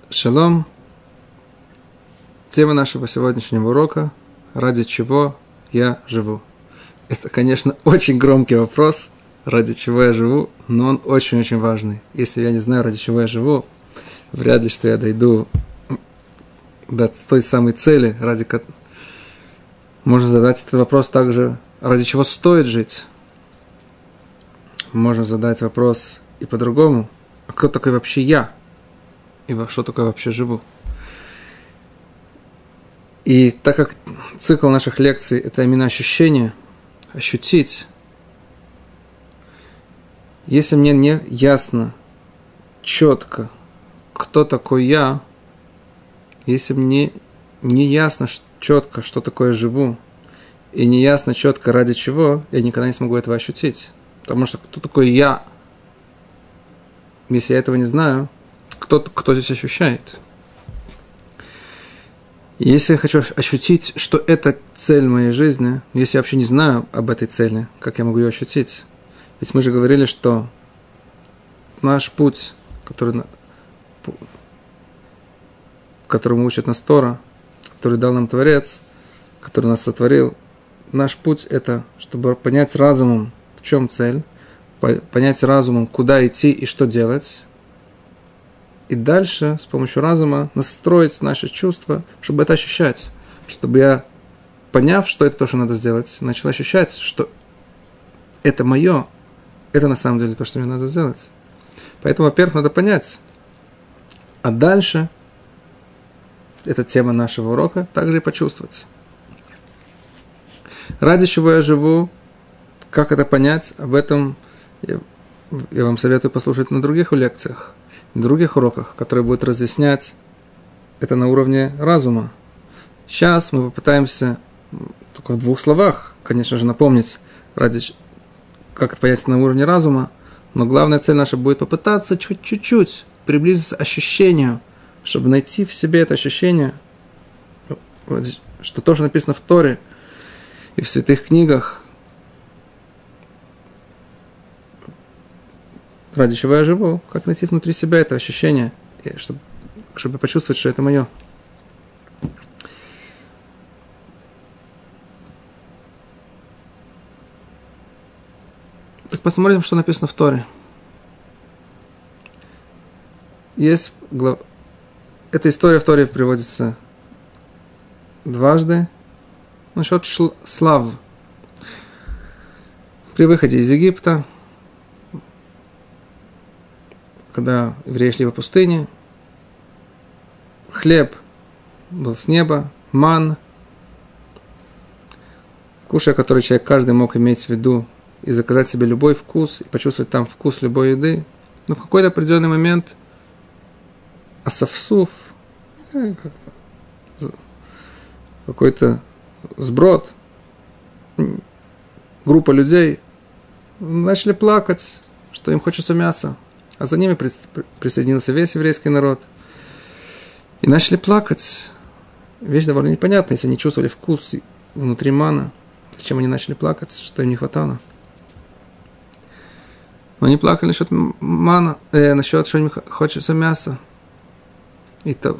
Шалом. Тема нашего сегодняшнего урока – ради чего я живу. Это, конечно, очень громкий вопрос, ради чего я живу, но он очень-очень важный. Если я не знаю, ради чего я живу, вряд ли, что я дойду до той самой цели, ради которой можно задать этот вопрос также, ради чего стоит жить. Можно задать вопрос и по-другому, а кто такой вообще я? И во что такое вообще живу? И так как цикл наших лекций – это именно ощущение, ощутить, если мне не ясно, четко, кто такой я, если мне не ясно четко, что такое живу, и не ясно четко, ради чего, я никогда не смогу этого ощутить. Потому что кто такой я, если я этого не знаю, кто здесь ощущает? Если я хочу ощутить, что это цель моей жизни, если я вообще не знаю об этой цели, как я могу ее ощутить? Ведь мы же говорили, что наш путь, которому учит нас Тора, который дал нам Творец, который нас сотворил, наш путь – это, чтобы понять разумом, в чем цель, понять разумом, куда идти и что делать, и дальше с помощью разума настроить наши чувства, чтобы это ощущать, чтобы я, поняв, что это то, что надо сделать, начал ощущать, что это мое, это на самом деле то, что мне надо сделать. Поэтому, во-первых, надо понять, а дальше, это тема нашего урока, также и почувствовать. Ради чего я живу, как это понять, об этом я вам советую послушать на других лекциях, на других уроках, которые будут разъяснять это на уровне разума. Сейчас мы попытаемся только в двух словах, конечно же, напомнить, как это понять на уровне разума, но главная цель наша будет попытаться чуть-чуть приблизиться к ощущению, чтобы найти в себе это ощущение, что то, что написано в Торе и в святых книгах, ради чего я живу, как найти внутри себя это ощущение, чтобы почувствовать, что это мое. Так посмотрим, что написано в Торе. Эта история в Торе приводится дважды насчет слав. При выходе из Египта, когда евреи шли по пустыне, хлеб был с неба, ман, кушая который человек каждый мог иметь в виду и заказать себе любой вкус, и почувствовать там вкус любой еды. Но в какой-то определенный момент асафсуф, какой-то сброд, группа людей начали плакать, что им хочется мяса. А за ними присоединился весь еврейский народ. И начали плакать. Вещь довольно непонятная, если они чувствовали вкус внутри мана. Зачем они начали плакать, что им не хватало? Но они плакали насчет мана, насчет, что им хочется мяса. И то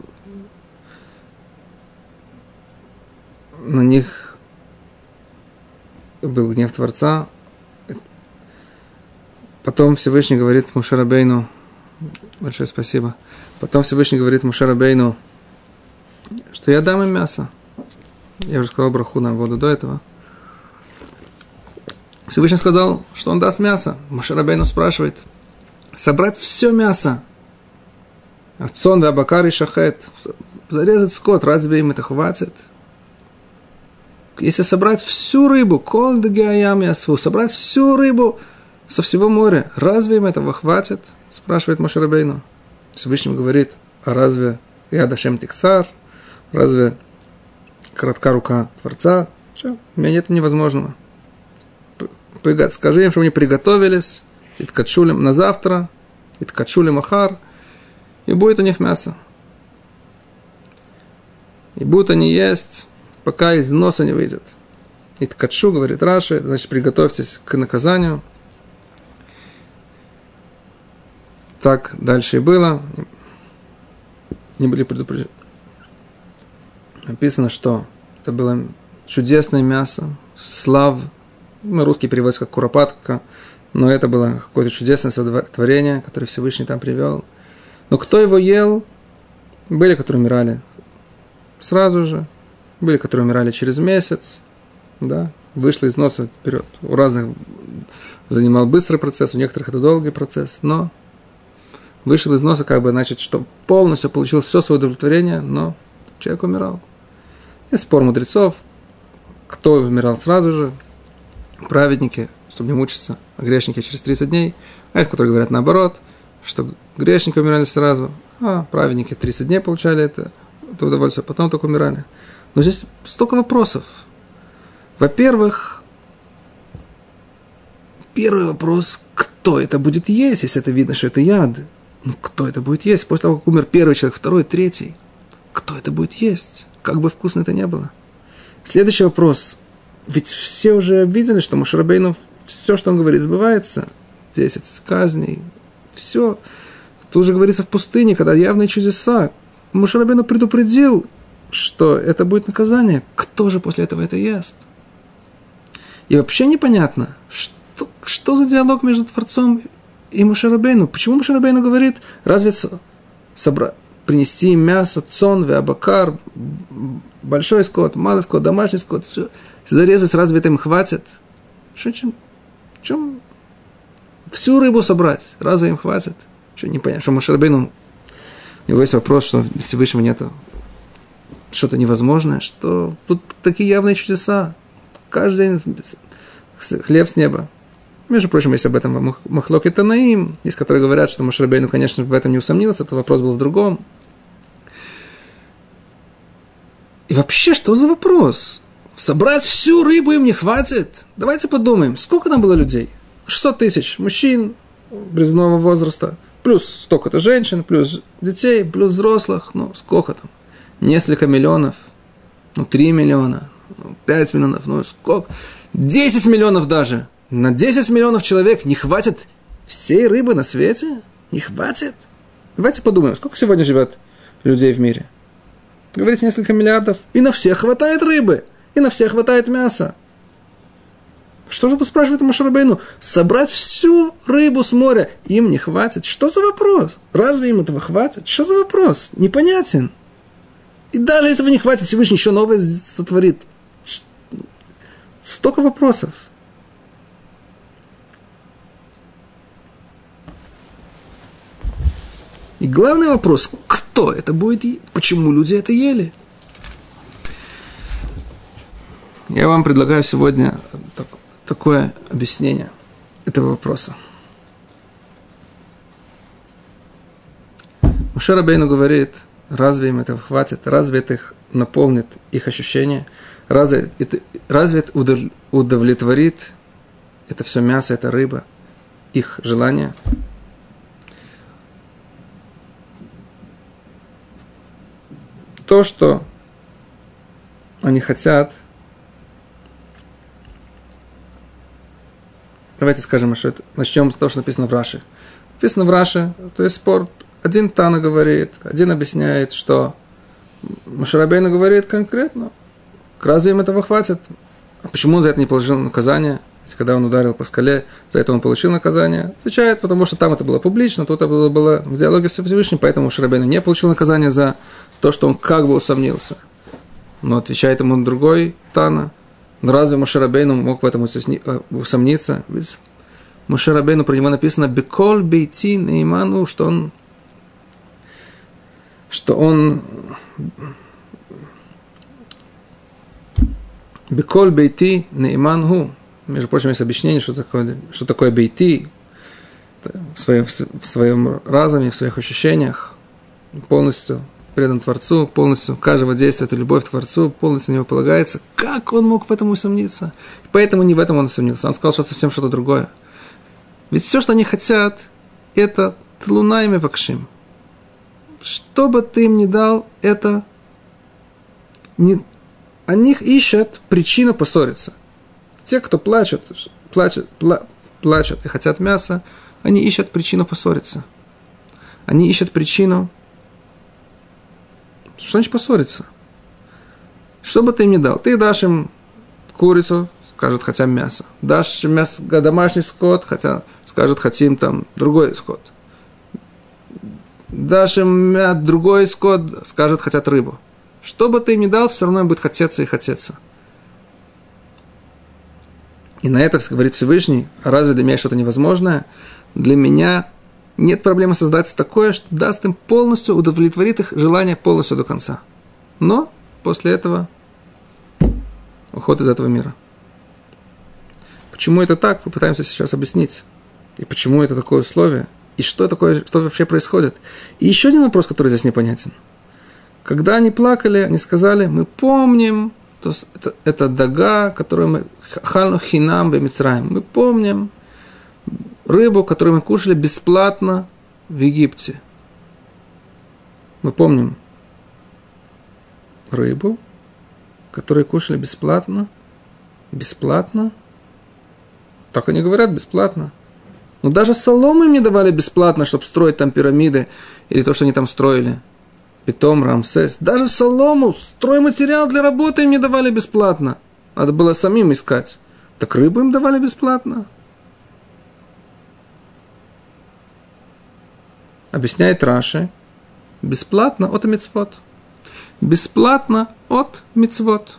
на них был гнев Творца. Потом Всевышний говорит Моше Рабейну, большое спасибо, потом Всевышний говорит Моше Рабейну, что я дам им мясо. Я уже сказал браху на воду до этого. Всевышний сказал, что он даст мясо. Моше Рабейну спрашивает, собрать все мясо, цон, абакар и шахет, зарезать скот, разве им это хватит? Если собрать всю рыбу, кол дагиаям ясву, собрать всю рыбу со всего моря, разве им этого хватит? Спрашивает Моше Рабейну. Всевышний говорит, а разве яд Ашем тиксар? Разве коротка рука Творца? Что? У меня нет невозможного. Скажи им, чтобы они приготовились, и ткачулем на завтра, и ткачулем ахар, и будет у них мясо. И будут они есть, пока из носа не выйдет. И ткачу, говорит Раши, значит, приготовьтесь к наказанию. Так дальше и было. они были предупреждены. Написано, что это было чудесное мясо, слав, на русский переводится как куропатка, но это было какое-то чудесное сотворение, которое Всевышний там привел. Но кто его ел? Были, которые умирали сразу же, были, которые умирали через месяц, да, вышло из носа вперед. У разных занимал быстрый процесс, у некоторых это долгий процесс, но вышел из носа, как бы, значит, что полностью получил все свое удовлетворение, но человек умирал. Есть спор мудрецов, кто умирал сразу же, праведники, чтобы не мучиться, а грешники через 30 дней, а есть, которые говорят наоборот, что грешники умирали сразу, а праведники 30 дней получали это удовольствие, потом только умирали. Но здесь столько вопросов. Во-первых, первый вопрос, кто это будет есть, если это видно, что это яд? Ну, кто это будет есть? После того, как умер первый человек, второй, третий, кто это будет есть? Как бы вкусно это ни было. Следующий вопрос. Ведь все уже видели, что Моше Рабейну, все, что он говорит, сбывается. 10 казней, все. Тут же говорится в пустыне, когда явные чудеса. Моше Рабейну предупредил, что это будет наказание. Кто же после этого это ест? И вообще непонятно, что за диалог между Творцом и Моше Рабейну. Почему Моше Рабейну говорит, разве принести им мясо, цон, веабакар, большой скот, малый скот, домашний скот, все, зарезать, разве это им хватит? Чем всю рыбу собрать, разве им хватит? Что не понятно, что Моше Рабейну, у него есть вопрос, что Всевышнего нету, что-то невозможное, что тут такие явные чудеса, каждый день хлеб с неба. Между прочим, есть об этом Махлокет Танаим, есть, которые говорят, что Моше Рабейну, конечно, в этом не усомнился, этот вопрос был в другом. И вообще, что за вопрос? Собрать всю рыбу им не хватит? Давайте подумаем, сколько там было людей? 600 тысяч мужчин призывного возраста, плюс столько-то женщин, плюс детей, плюс взрослых, ну, сколько там? Несколько миллионов, 3 миллиона, 5 миллионов, сколько? 10 миллионов даже. На 10 миллионов человек не хватит всей рыбы на свете? Не хватит? Давайте подумаем, сколько сегодня живет людей в мире? Говорите, несколько миллиардов. И на всех хватает рыбы. И на всех хватает мяса. Что же спрашивает Моше Рабейну? Собрать всю рыбу с моря им не хватит? Что за вопрос? Разве им этого хватит? Что за вопрос? Непонятен. И даже если этого не хватит, Всевышний еще новое сотворит. Столько вопросов. И главный вопрос, кто это будет есть? Почему люди это ели? Я вам предлагаю сегодня такое объяснение этого вопроса. Моше Рабейну говорит, разве им этого хватит? Разве это их наполнит их ощущения? Разве это удовлетворит это все мясо, это рыба, их желание? То, что они хотят, давайте скажем, что это, начнем с того, что написано в Раши. Написано в Раши, то есть спор, один Тана говорит, один объясняет, что Моше Рабейну говорит конкретно, разве им этого хватит? А почему он за это не получил наказание? Если когда он ударил по скале, за это он получил наказание. Отвечает, потому что там это было публично, тут это было в диалоге с Всевышним, поэтому Моше Рабейну не получил наказание за то, что он как бы усомнился. Но отвечает ему другой Тана. Но разве Моше Рабейну мог в этом усомниться? Ведь Моше Рабейну, про него написано «Беколь бейти нейману», что он «Беколь бейти нейману». Между прочим, есть объяснение, что такое бейти в своем разуме, в своих ощущениях, полностью предан Творцу, полностью каждого действия это любовь к Творцу, полностью на него полагается. Как он мог в этом усомниться? Поэтому не в этом он усомнился. Он сказал, что совсем что-то другое. Ведь все, что они хотят, это тлуна ими вакшим. Что бы ты им ни дал, это они ищут причину поссориться. Те, кто плачут и хотят мяса, они ищут причину поссориться. Они ищут причину Что значит поссориться? Что бы ты им ни дал? Ты дашь им курицу, скажут, хотим мясо. Дашь мясо, домашний скот, хотя скажут, хотим там другой скот. Дашь им другой скот, скажут, хотят рыбу. Что бы ты им ни дал, все равно им будет хотеться и хотеться. И на это говорит Всевышний: а разве для меня что-то невозможное? Для меня нет проблемы создать такое, что даст им полностью, удовлетворит их желание полностью до конца. Но после этого уход из этого мира. Почему это так, попытаемся сейчас объяснить. И почему это такое условие. И что такое, что вообще происходит. И еще один вопрос, который здесь непонятен. Когда они плакали, они сказали: мы помним, то это дага, которую мы халну хинам бемицраим. Мы помним рыбу, которую мы кушали бесплатно в Египте. Мы помним рыбу, которую кушали бесплатно. Бесплатно? Так они говорят, бесплатно. Но даже солому им не давали бесплатно, чтобы строить там пирамиды или то, что они там строили. Питом, Рамсес. Даже солому, стройматериал для работы им не давали бесплатно. Надо было самим искать. Так рыбу им давали бесплатно. Объясняет Раши. Бесплатно от мицвот. Бесплатно от мицвот.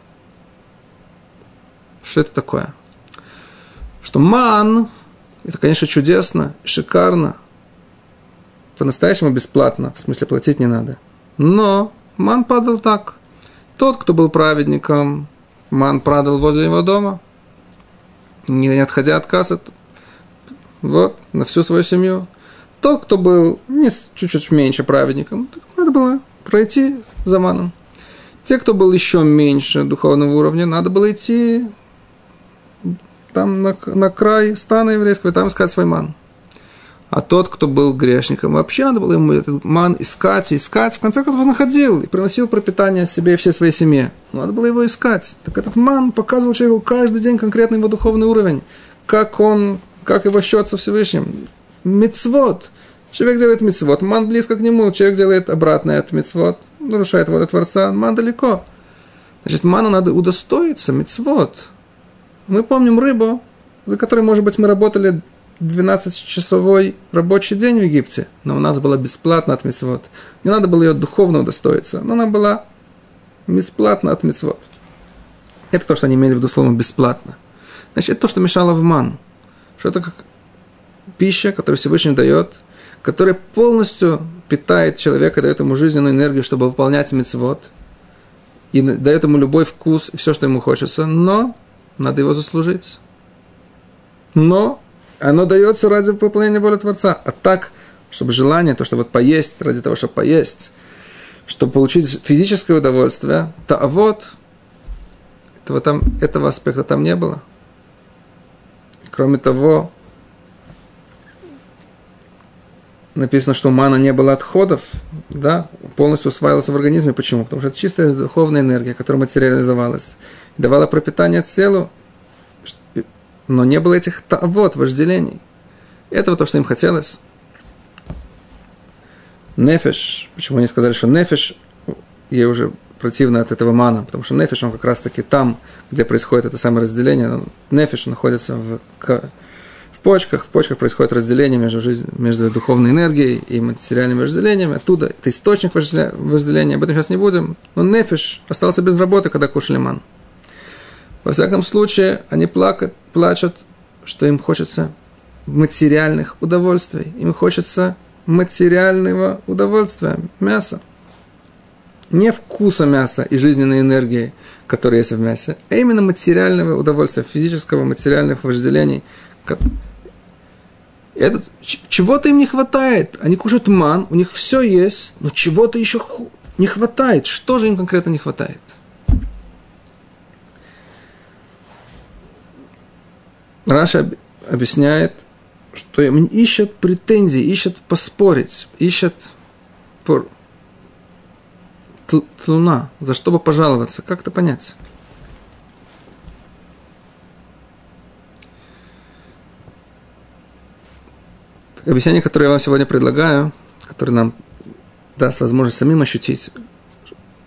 Что это такое? Что ман, это, конечно, чудесно, шикарно. По-настоящему бесплатно, в смысле платить не надо. Но ман падал так. Тот, кто был праведником, ман падал возле его дома, не отходя от кассы, вот, на всю свою семью. Тот, кто был чуть-чуть меньше праведником, надо было пройти за маном. Те, кто был еще меньше духовного уровня, надо было идти там на край стана еврейского, и там искать свой ман. А тот, кто был грешником, вообще надо было ему этот ман искать. В конце концов, он находил и приносил пропитание себе и всей своей семье. Надо было его искать. Так этот ман показывал человеку каждый день конкретный его духовный уровень. Как его счет со Всевышним. Мицвот. Человек делает мицвот, ман близко к нему. Человек делает обратное от мицвот, нарушает волю Творца, ман далеко. Значит, ману надо удостоиться, мицвот. Мы помним рыбу, за которой, может быть, мы работали 12-часовой рабочий день в Египте, но у нас была бесплатно от мицвот. Не надо было ее духовно удостоиться, но она была бесплатно от мицвот. Это то, что они имели в виду словом «бесплатно». Значит, это то, что мешало в ману. Что это как пища, которую Всевышний дает, которая полностью питает человека, дает ему жизненную энергию, чтобы выполнять мицвот, и дает ему любой вкус и все, что ему хочется, но надо его заслужить. Но оно дается ради выполнения воли Творца. А так, чтобы желание, то, что вот поесть, ради того, чтобы поесть, чтобы получить физическое удовольствие, то вот этого аспекта там не было. Кроме того, написано, что у мана не было отходов, да, полностью усваивалась в организме. Почему? Потому что это чистая духовная энергия, которая материализовалась, и давала пропитание телу, но не было этих вожделений. Это то, что им хотелось. Нефеш, почему они сказали, что нефеш, ей уже противно от этого мана, потому что нефеш, он как раз-таки там, где происходит это самое разделение. Нефеш находится в почках происходит разделение между духовной энергией и материальными вожделениями. Оттуда это источник вожделения, об этом сейчас не будем. Но нефеш остался без работы, когда кушали ман. Во всяком случае, они плачут, что им хочется материальных удовольствий. Им хочется материального удовольствия, мяса. Не вкуса мяса и жизненной энергии, которая есть в мясе, а именно материального удовольствия, физического, материальных вожделений. Чего-то им не хватает. Они кушают ман, у них все есть, но чего-то еще не хватает. Что же им конкретно не хватает? Раша объясняет, что им ищут претензии, ищут поспорить, ищут тлуна, за что бы пожаловаться. Как это понять? Объяснение, которое я вам сегодня предлагаю, которое нам даст возможность самим ощутить,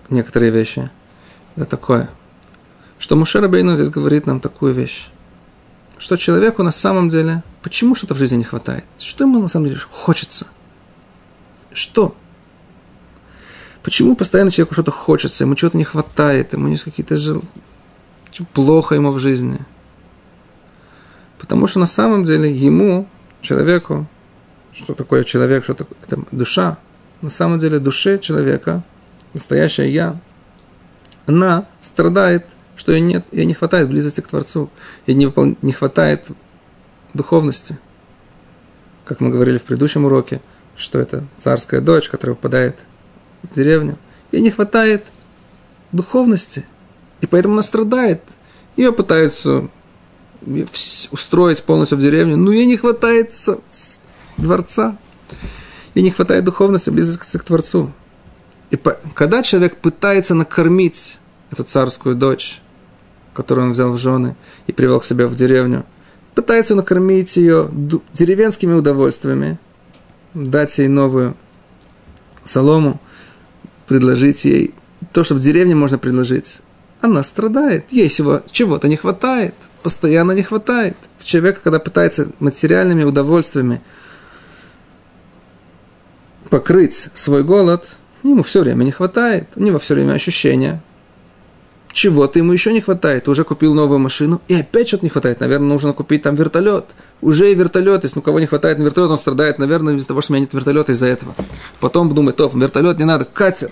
некоторые вещи. Это такое. Что Моше Рабейну здесь говорит нам такую вещь. Что человеку на самом деле, почему что-то в жизни не хватает? Что ему на самом деле хочется? Что? Почему постоянно человеку что-то хочется, ему чего-то не хватает, ему есть какие-то плохо ему в жизни? Потому что на самом деле ему, человеку, что такое человек, что такое это душа, на самом деле душе человека, настоящее я, она страдает, что ей не хватает близости к Творцу, ей не хватает духовности. Как мы говорили в предыдущем уроке, что это царская дочь, которая попадает в деревню, ей не хватает духовности, и поэтому она страдает. Ее пытаются устроить полностью в деревню, но ей не хватает дворца, ей не хватает духовности, близости к Творцу. И когда человек пытается накормить эту царскую дочь, которую он взял в жены и привел к себе в деревню, пытается накормить ее деревенскими удовольствиями, дать ей новую солому, предложить ей то, что в деревне можно предложить, она страдает, ей чего-то не хватает, постоянно не хватает. Человек, когда пытается материальными удовольствиями покрыть свой голод, ему все время не хватает, у него все время ощущение, чего-то ему еще не хватает. Ты уже купил новую машину, и опять что-то не хватает. Наверное, нужно купить там вертолет. Уже и вертолет, если у кого не хватает на вертолет, он страдает, наверное, из-за того, что у меня нет вертолета из-за этого. Потом думает, вертолет не надо, катер.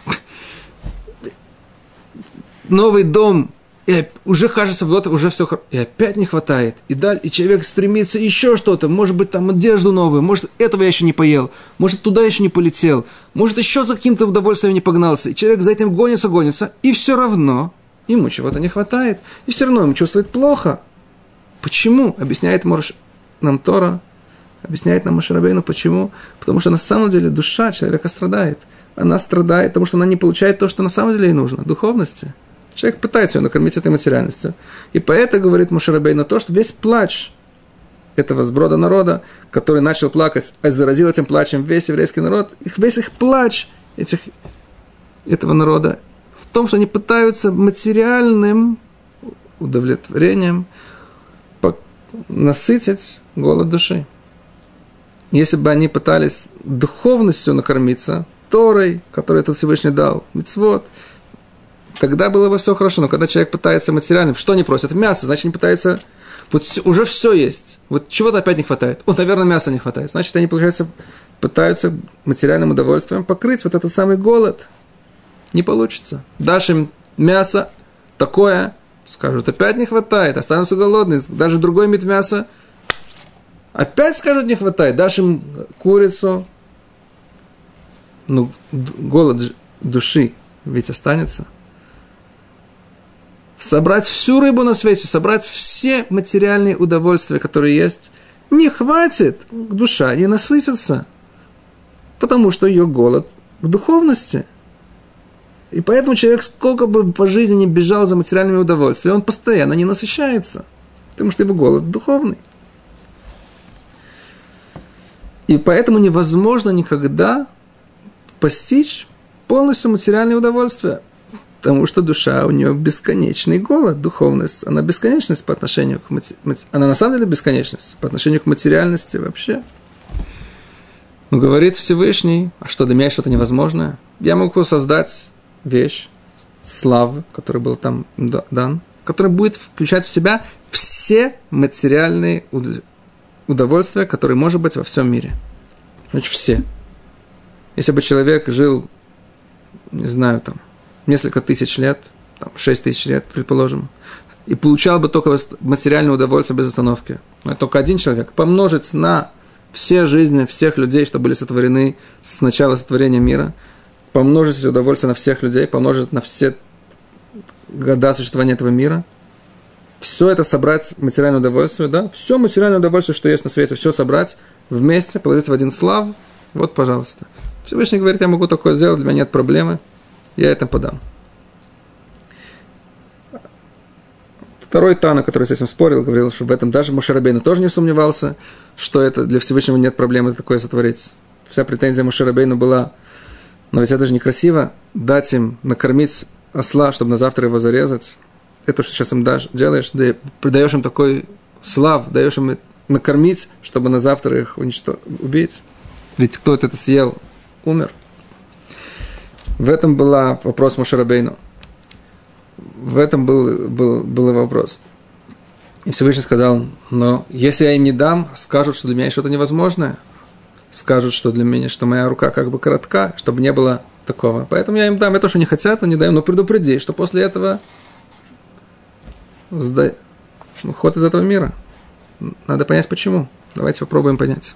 Новый дом. И уже кажется, вот уже все, и опять не хватает. И человек стремится еще что-то, может быть, там одежду новую, может, этого я еще не поел, может, туда еще не полетел, может, еще за каким-то удовольствием не погнался. И человек за этим гонится, и все равно ему чего-то не хватает, и все равно ему чувствует плохо. Почему? Объясняет нам Тора, объясняет нам Моше Рабейну, почему? Потому что на самом деле душа человека страдает. Она страдает, потому что она не получает то, что на самом деле ей нужно, духовности. Человек пытается ее накормить этой материальностью. И поэтому говорит Моше Рабейну то, что весь плач этого сброда народа, который начал плакать, а заразил этим плачем весь еврейский народ, весь их плач этого народа в том, что они пытаются материальным удовлетворением насытить голод души. Если бы они пытались духовностью накормиться, Торой, которую это Всевышний дал, мицвот, тогда было бы все хорошо. Но когда человек пытается материальным, что они просят? Мясо, значит, они пытаются... Вот уже все есть. Вот чего-то опять не хватает. Наверное, мяса не хватает. Значит, они, получается, пытаются материальным удовольствием покрыть вот этот самый голод. Не получится. Дашь им мясо такое, скажут, опять не хватает, останутся голодные. Даже другой вид мяса, опять скажут, не хватает. Дашь им курицу, голод души ведь останется. Собрать всю рыбу на свете, собрать все материальные удовольствия, которые есть, не хватит, душа не насытится, потому что ее голод в духовности. И поэтому человек, сколько бы по жизни не бежал за материальными удовольствиями, он постоянно не насыщается, потому что его голод духовный. И поэтому невозможно никогда постичь полностью материальные удовольствия. Потому что душа, у нее бесконечный голод, духовность. Она бесконечность по отношению к она на самом деле бесконечность по отношению к материальности вообще. Но говорит Всевышний, а что, для меня что-то невозможное? Я могу создать вещь, славы, который был там дан, который будет включать в себя все материальные удовольствия, которые может быть во всем мире. Значит, все. Если бы человек жил, не знаю, там, несколько тысяч лет, 6 тысяч лет, предположим, и получал бы только материальное удовольствие без остановки. Но только один человек помножить на все жизни всех людей, что были сотворены с начала сотворения мира, помножить удовольствие на всех людей, помножить на все года существования этого мира, все это собрать, материальное удовольствие, да, все материальное удовольствие, что есть на свете, все собрать вместе, положить в один слав, вот, пожалуйста. Всевышний говорит, я могу такое сделать, для меня нет проблемы. Я это подам. Второй Тана, который с этим спорил, говорил, что в этом даже Моше Рабейну тоже не сомневался, что это для Всевышнего нет проблемы такое сотворить. Вся претензия Моше Рабейну была Но ведь это же некрасиво дать им накормить осла, чтобы на завтра его зарезать. Это то, что сейчас им делаешь, придаешь им такой слав, даешь им накормить, чтобы на завтра их убить. Ведь кто это съел, умер. В этом был вопрос Моше Рабейну. В этом был вопрос. И Всевышний сказал, но если я им не дам, скажут, что для меня что-то невозможное. Скажут, что для меня, что моя рука как бы коротка, чтобы не было такого. Поэтому я им дам. Это, что не хотят, они дают, но предупреди, что после этого уход из этого мира. Надо понять, почему. Давайте попробуем понять.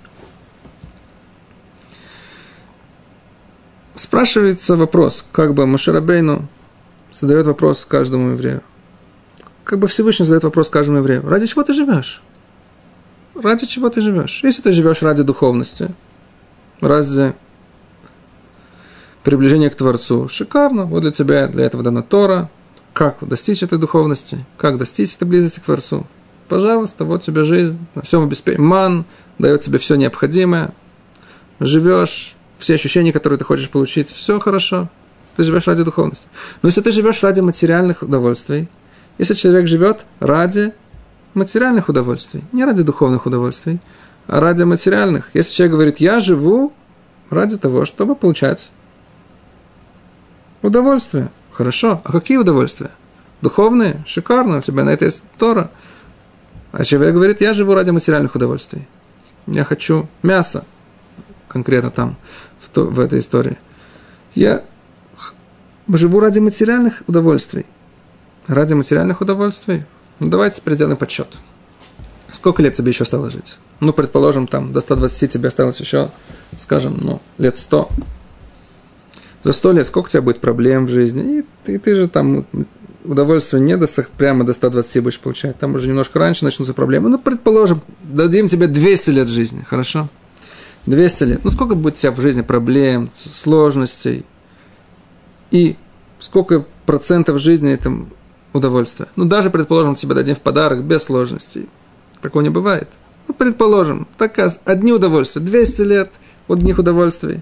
Спрашивается вопрос, как бы Моше Рабейну задает вопрос каждому еврею. Как бы Всевышний задает вопрос каждому еврею. Ради чего ты живешь? Ради чего ты живешь? Если ты живешь ради духовности, ради приближения к Творцу, шикарно. Вот для тебя, для этого дана Тора. Как достичь этой духовности? Как достичь этой близости к Творцу? Пожалуйста, вот тебе жизнь. На всем обеспечен. Ман дает тебе все необходимое. Живешь. Все ощущения, которые ты хочешь получить. Все хорошо. Ты живешь ради духовности. Но если ты живешь ради материальных удовольствий, если человек живет ради материальных удовольствий, не ради духовных удовольствий, а ради материальных. Если человек говорит, я живу ради того, чтобы получать удовольствие. Хорошо. А какие удовольствия? Духовные? Шикарно. У тебя на это есть Тора. А человек говорит, я живу ради материальных удовольствий. Я хочу мяса. Конкретно там, в этой истории. Я живу ради материальных удовольствий. Ради материальных удовольствий. Ну, давайте теперь сделаем подсчет. Сколько лет тебе еще осталось жить? Ну, предположим, там, до 120 тебе осталось еще, скажем, лет 100. За 100 лет сколько у тебя будет проблем в жизни? И ты же там удовольствие не прямо до 120 будешь получать. Там уже немножко раньше начнутся проблемы. Ну, предположим, дадим тебе 200 лет жизни. Хорошо? 200 лет. Ну, сколько будет у тебя в жизни проблем, сложностей? И сколько процентов жизни это удовольствие? Ну, даже, предположим, тебе дадим в подарок без сложностей. Такого не бывает. Ну, предположим, одни удовольствия. 200 лет одних удовольствий.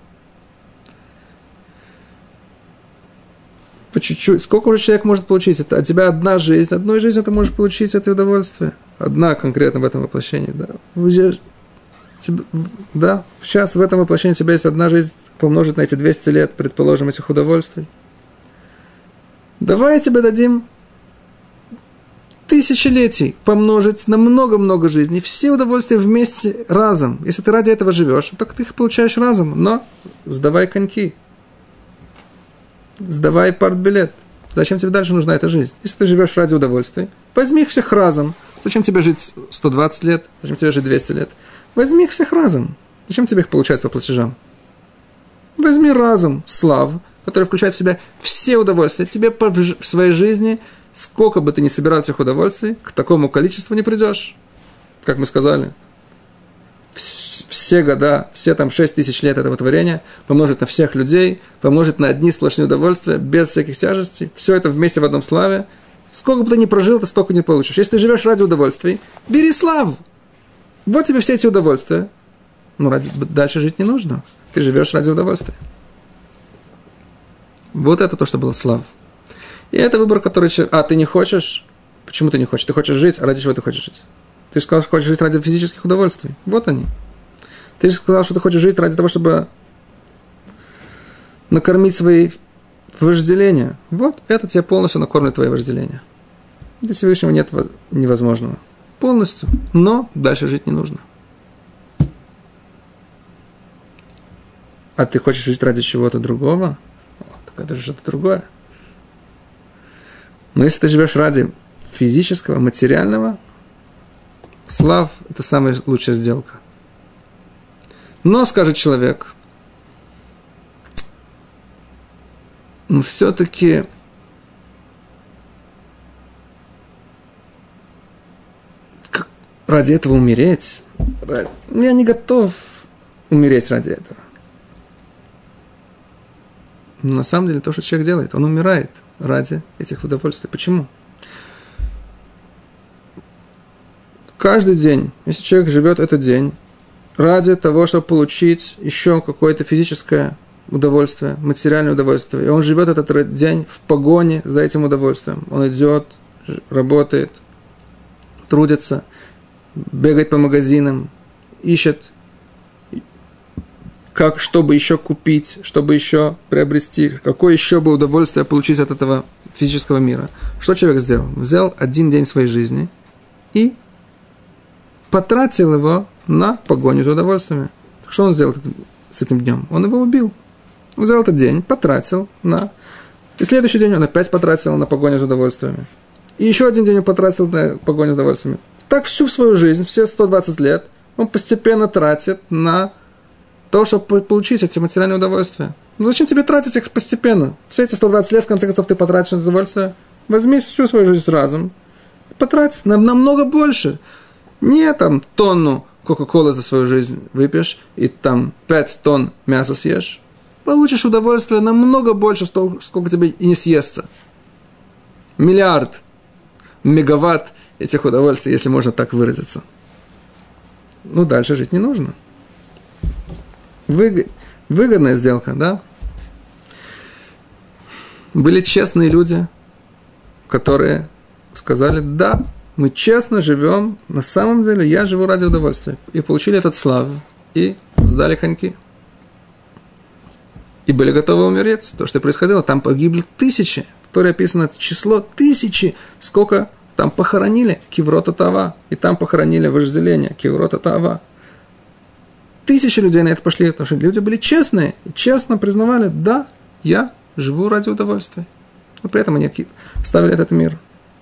По чуть-чуть. Сколько уже человек может получить? Это от тебя одна жизнь. Одной жизнью ты можешь получить это удовольствие. Одна конкретно в этом воплощении. Да, сейчас в этом воплощении у тебя есть одна жизнь, помножить на эти 200 лет, предположим, этих удовольствий. Давай тебе дадим тысячелетий помножить на много-много жизней. Все удовольствия вместе разом. Если ты ради этого живешь, так ты их получаешь разом. Но сдавай коньки. Сдавай партбилет. Зачем тебе дальше нужна эта жизнь? Если ты живешь ради удовольствий, возьми их всех разом. Зачем тебе жить 120 лет? Зачем тебе жить 200 лет? Возьми их всех разом. Зачем тебе их получать по платежам? Возьми разом слав, который включает в себя все удовольствия. Тебе в своей жизни, сколько бы ты ни собирал этих удовольствий, к такому количеству не придешь. Как мы сказали, все года, все там 6 тысяч лет этого творения помножить на всех людей, помножить на одни сплошные удовольствия, без всяких тяжестей. Все это вместе в одном славе. Сколько бы ты ни прожил, ты столько не получишь. Если ты живешь ради удовольствий, бери славу. Вот тебе все эти удовольствия. Но дальше жить не нужно. Ты живешь ради удовольствия. Вот это то, что было слава. И это выбор, который... ты не хочешь? Почему ты не хочешь? Ты хочешь жить, а ради чего ты хочешь жить? Ты же сказал, что хочешь жить ради физических удовольствий. Вот они. Ты же сказал, что ты хочешь жить ради того, чтобы накормить свои вожделения. Вот это тебе полностью накормит твои вожделения. Для Всевышнего нет невозможного. Полностью. Но дальше жить не нужно. А ты хочешь жить ради чего-то другого? Так это же что-то другое. Но если ты живешь ради физического, материального, слав – это самая лучшая сделка. Но, скажет человек, но все-таки ради этого умереть, я не готов умереть ради этого. Но на самом деле то, что человек делает, он умирает ради этих удовольствий. Почему? Каждый день, если человек живет этот день ради того, чтобы получить еще какое-то физическое удовольствие, материальное удовольствие. И он живет этот день в погоне за этим удовольствием. Он идет, работает, трудится, бегает по магазинам, ищет, чтобы еще купить, чтобы еще приобрести, какое еще бы удовольствие получить от этого физического мира. Что человек сделал? Взял один день своей жизни и потратил его на погоню за удовольствиями. Что он сделал с этим днем? Он его убил. Он взял этот день, потратил на... И следующий день он опять потратил на погоню за удовольствиями. И еще один день он потратил на погоню за удовольствиями. Так всю свою жизнь, все 120 лет, он постепенно тратит на то, чтобы получить эти материальные удовольствия. Ну зачем тебе тратить их постепенно? Все эти 120 лет, в конце концов, ты потратишь на удовольствие. Возьми всю свою жизнь разом, потрать намного больше. Не там тонну Кока-Колы за свою жизнь выпьешь, и там 5 тонн мяса съешь. Получишь удовольствие намного больше, сколько тебе и не съестся. Миллиард мегаватт этих удовольствий, если можно так выразиться. Ну, дальше жить не нужно. Выгодная сделка, да? Были честные люди, которые сказали, да, мы честно живем, на самом деле я живу ради удовольствия. И получили этот славу, и сдали коньки. И были готовы умереть. То, что происходило, там погибли тысячи. В Торе описано число тысячи, сколько там похоронили киврота тава, и там похоронили вожделение киврота тава. Тысячи людей на это пошли, потому что люди были честные, и честно признавали, да, я живу ради удовольствия. Но при этом они ставили этот мир.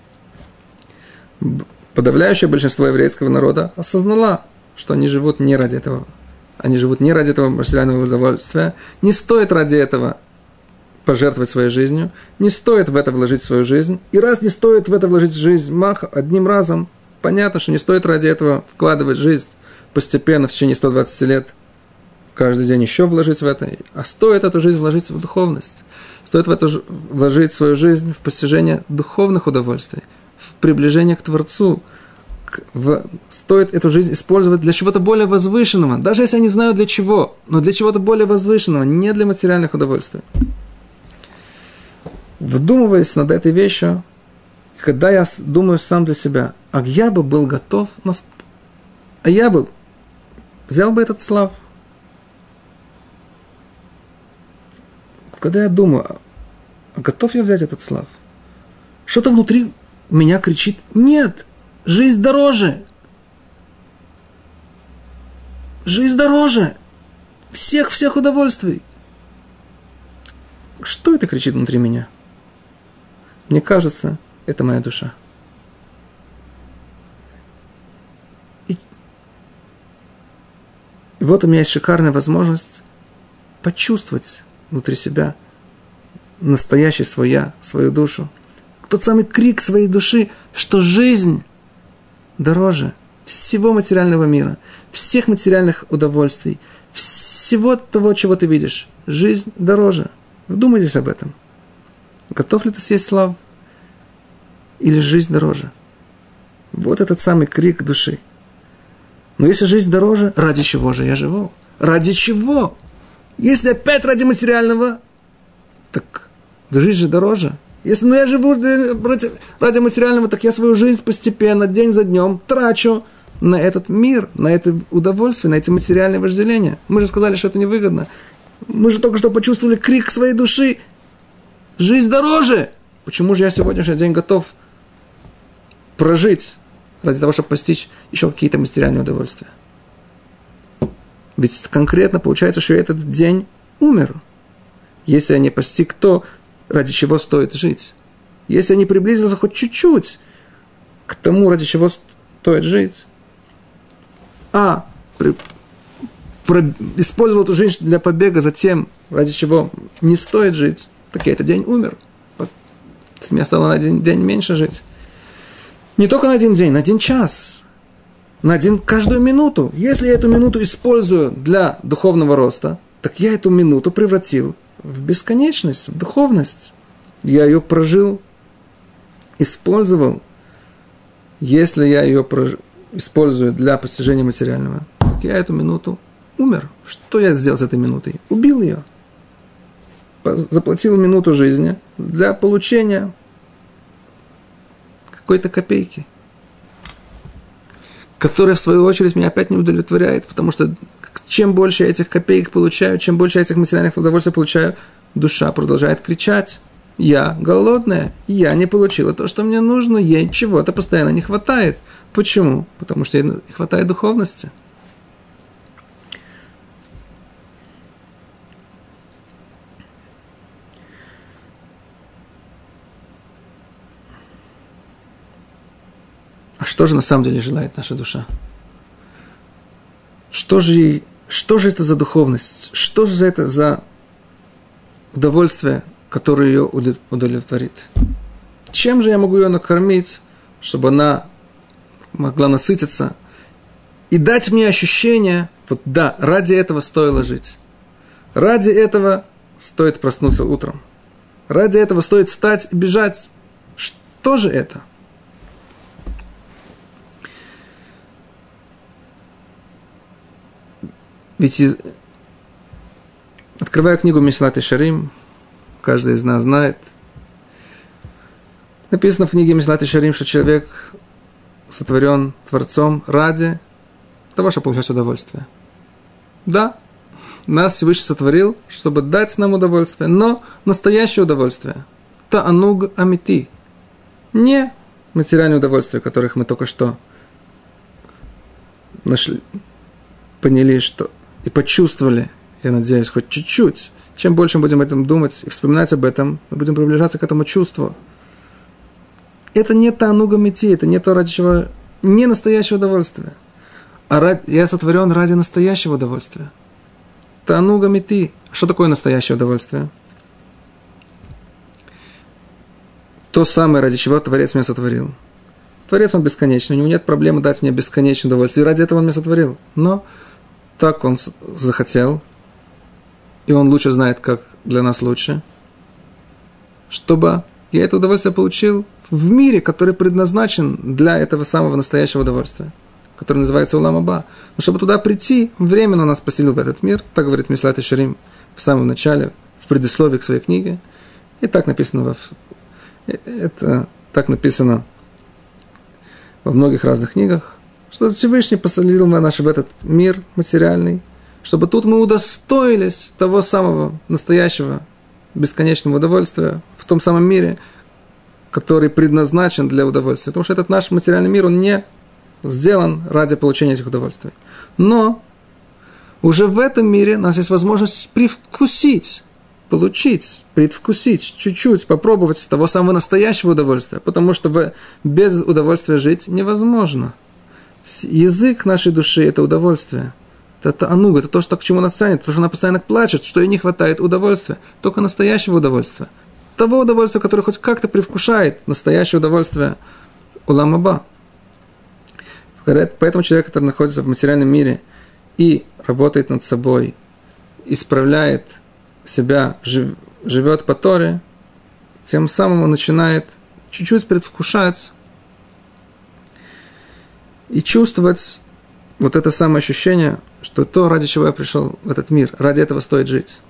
Подавляющее большинство еврейского народа осознало, что они живут не ради этого. Они живут не ради этого материального удовольствия. Не стоит ради этого пожертвовать своей жизнью. Не стоит в это вложить свою жизнь. И раз не стоит в это вложить жизнь одним разом, понятно, что не стоит ради этого вкладывать жизнь постепенно в течение 120 лет. Каждый день еще вложить в это. А стоит эту жизнь вложить в духовность. Стоит в это вложить свою жизнь в постижение духовных удовольствий. В приближение к Творцу. Стоит эту жизнь использовать для чего-то более возвышенного. Даже если я не знаю для чего. Но для чего-то более возвышенного. Не для материальных удовольствий. Вдумываясь над этой вещью, когда я думаю сам для себя, а я бы был готов, а я бы взял бы этот слав. Когда я думаю, а готов я взять этот слав? Что-то внутри меня кричит, нет, жизнь дороже. Жизнь дороже. Всех удовольствий. Что это кричит внутри меня? Мне кажется, это моя душа. И вот у меня есть шикарная возможность почувствовать внутри себя настоящий свой я, свою душу. Тот самый крик своей души, что жизнь дороже всего материального мира, всех материальных удовольствий, всего того, чего ты видишь. Жизнь дороже. Вдумайтесь об этом. Готов ли ты съесть славу? Или жизнь дороже? Вот этот самый крик души. Но если жизнь дороже, ради чего же я живу? Ради чего? Если опять ради материального, так жизнь же дороже. Если я живу ради материального, так я свою жизнь постепенно, день за днем трачу на этот мир, на это удовольствие, на эти материальные вожделения. Мы же сказали, что это невыгодно. Мы же только что почувствовали крик своей души. Жизнь дороже. Почему же я сегодняшний день готов прожить ради того, чтобы постичь еще какие-то материальные удовольствия? Ведь конкретно получается, что я этот день умер. Если я не постиг то, ради чего стоит жить. Если я не приблизился хоть чуть-чуть к тому, ради чего стоит жить, использовал эту жизнь для побега за тем, ради чего не стоит жить, так я этот день умер. С меня стало на один день меньше жить. Не только на один день, на один час. Каждую минуту. Если я эту минуту использую для духовного роста, так я эту минуту превратил в бесконечность, в духовность. Я ее прожил, использовал. Если я ее использую для постижения материального, так я эту минуту умер. Что я сделал с этой минутой? Убил ее. заплатил минуту жизни для получения какой-то копейки, которая, в свою очередь, меня опять не удовлетворяет, потому что чем больше я этих копеек получаю, чем больше я этих материальных удовольствий получаю, душа продолжает кричать: я голодная, я не получила то, что мне нужно, ей чего-то постоянно не хватает. Почему? Потому что ей не хватает духовности. А что же на самом деле желает наша душа? Что же это за духовность? Что же это за удовольствие, которое ее удовлетворит? Чем же я могу ее накормить, чтобы она могла насытиться и дать мне ощущение, вот да, ради этого стоило жить. Ради этого стоит проснуться утром. Ради этого стоит встать и бежать. Что же это? Ведь, открывая книгу Мишнат Ишарим, каждый из нас знает, написано в книге Мишнат Ишарим, что человек сотворен Творцом ради того, чтобы получать удовольствие. Да, нас Всевышний сотворил, чтобы дать нам удовольствие, но настоящее удовольствие. Таануг амити. Не материальные удовольствия, которых мы только что нашли, поняли, что и почувствовали, я надеюсь, хоть чуть-чуть. Чем больше мы будем об этом думать и вспоминать об этом, мы будем приближаться к этому чувству. Это не таануг амити, это не то, ради чего, не настоящее удовольствие. Я сотворен ради настоящего удовольствия. Таануг амити. Что такое настоящее удовольствие? То самое, ради чего Творец меня сотворил. Творец, он бесконечный, у него нет проблемы дать мне бесконечное удовольствие. И ради этого он меня сотворил. Но так он захотел, и он лучше знает, как для нас лучше, чтобы я это удовольствие получил в мире, который предназначен для этого самого настоящего удовольствия, который называется Улам Аба. Но чтобы туда прийти, временно нас поселил в этот мир, так говорит Мишнат Ишарим в самом начале, в предисловии к своей книге. И так написано во многих разных книгах, что Всевышний поселил нас в этот мир материальный, чтобы тут мы удостоились того самого настоящего бесконечного удовольствия в том самом мире, который предназначен для удовольствия. Потому что этот наш материальный мир, он не сделан ради получения этих удовольствий. Но уже в этом мире у нас есть возможность привкусить, получить, предвкусить, чуть-чуть попробовать того самого настоящего удовольствия, потому что без удовольствия жить невозможно. Язык нашей души – это удовольствие. Это таануг, это то, к чему она тянет, то, что она постоянно плачет, что ей не хватает удовольствия, только настоящего удовольствия. Того удовольствия, которое хоть как-то привкушает настоящее удовольствие Улам Аба. Поэтому человек, который находится в материальном мире и работает над собой, исправляет себя, живет по Торе, тем самым он начинает чуть-чуть предвкушать и чувствовать вот это самое ощущение, что то, ради чего я пришел в этот мир, ради этого стоит жить.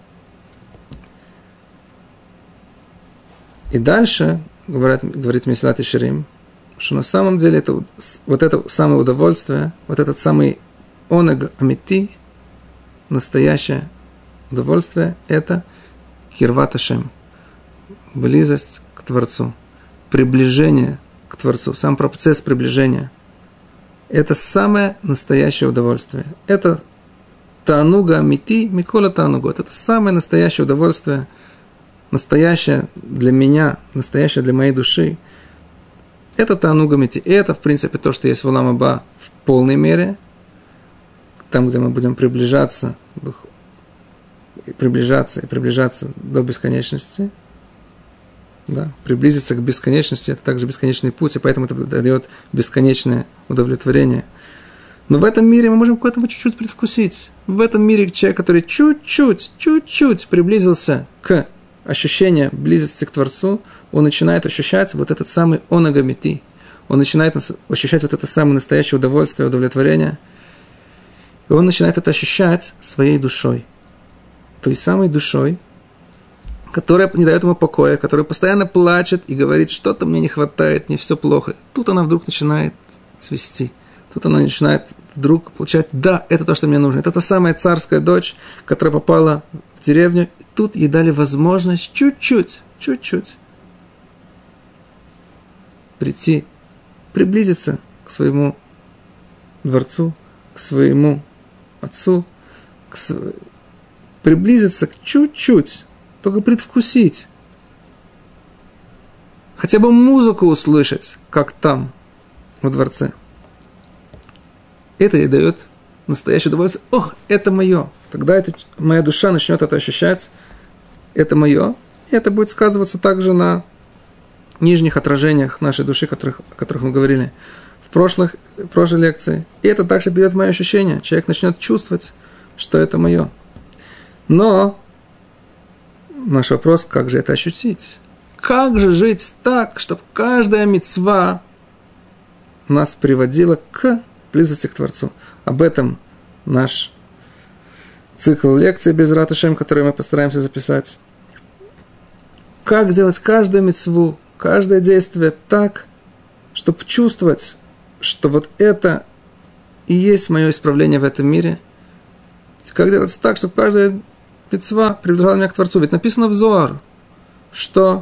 И дальше, говорит Мишнат Ишарим, что на самом деле вот это самое удовольствие, вот этот самый онег амити, настоящее удовольствие, это кирват Ашем, близость к Творцу, приближение к Творцу, сам процесс приближения. Это самое настоящее удовольствие. Это таануга амити микола таанугот. Это самое настоящее удовольствие, настоящее для меня, настоящее для моей души. Это таануга амити. И это, в принципе, то, что есть в Улам Аба в полной мере. Там, где мы будем приближаться и приближаться до бесконечности. Да, приблизиться к бесконечности – это также бесконечный путь, и поэтому это дает бесконечное удовлетворение. Но в этом мире мы можем к этому чуть-чуть предвкусить. В этом мире человек, который чуть-чуть приблизился к ощущению близости к Творцу, он начинает ощущать вот этот самый онег амити. Он начинает ощущать вот это самое настоящее удовольствие, удовлетворение. И он начинает это ощущать своей душой. Той самой душой, которая не дает ему покоя, которая постоянно плачет и говорит, что-то мне не хватает, мне все плохо. Тут она вдруг начинает цвести. Тут она начинает вдруг получать, да, это то, что мне нужно. Это та самая царская дочь, которая попала в деревню. И тут ей дали возможность чуть-чуть прийти, приблизиться к своему дворцу, к своему отцу, приблизиться чуть-чуть, только предвкусить. Хотя бы музыку услышать, как там, во дворце. Это ей дает настоящее удовольствие. Ох, это мое. Тогда моя душа начнет это ощущать. Это мое. И это будет сказываться также на нижних отражениях нашей души, о которых мы говорили в прошлой лекции. И это также придет в мое ощущение. Человек начнет чувствовать, что это мое. Но наш вопрос, как же это ощутить? Как же жить так, чтобы каждая мицва нас приводила к близости к Творцу? Об этом наш цикл лекций Безрат Ашем, который мы постараемся записать. Как сделать каждую мицву, каждое действие так, чтобы чувствовать, что вот это и есть мое исправление в этом мире. Как делать так, чтобы каждая мицва приближала меня к Творцу? Ведь написано в Зоар, что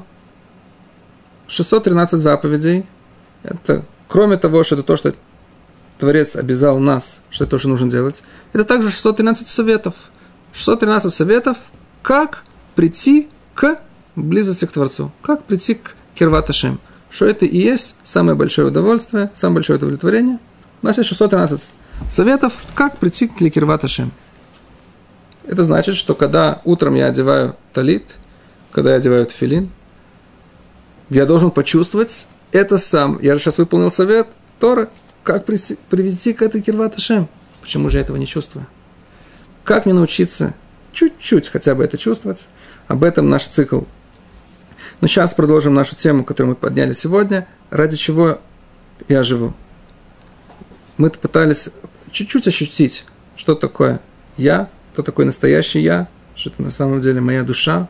613 заповедей, это кроме того, что это то, что Творец обязал нас, что это то, что нужно делать, это также 613 советов. 613 советов, как прийти к близости к Творцу, как прийти к Кирват Ашем. Что это и есть самое большое удовольствие, самое большое удовлетворение. У нас есть 613 советов, как прийти к Кирват Ашем. Это значит, что когда утром я одеваю талит, когда я одеваю тфилин, я должен почувствовать это сам. Я же сейчас выполнил совет Торы, как привести к этой Кирват Ашем. Почему же я этого не чувствую? Как мне научиться чуть-чуть хотя бы это чувствовать? Об этом наш цикл. Но сейчас продолжим нашу тему, которую мы подняли сегодня. Ради чего я живу? Мы пытались чуть-чуть ощутить, что такое я, кто такой настоящий я, что это на самом деле моя душа,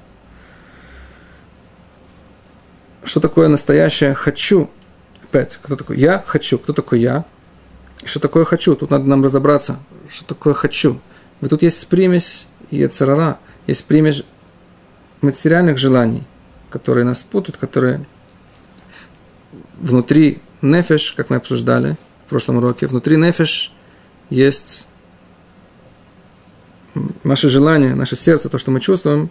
что такое настоящее «хочу». Опять, кто такой я, хочу, кто такой я, и что такое хочу. Тут надо нам разобраться, что такое хочу. Ведь тут есть примесь йецер ара, есть примесь материальных желаний, которые нас путают, которые внутри нефеш, как мы обсуждали в прошлом уроке, внутри нефеш есть наши желания, наше сердце, то, что мы чувствуем,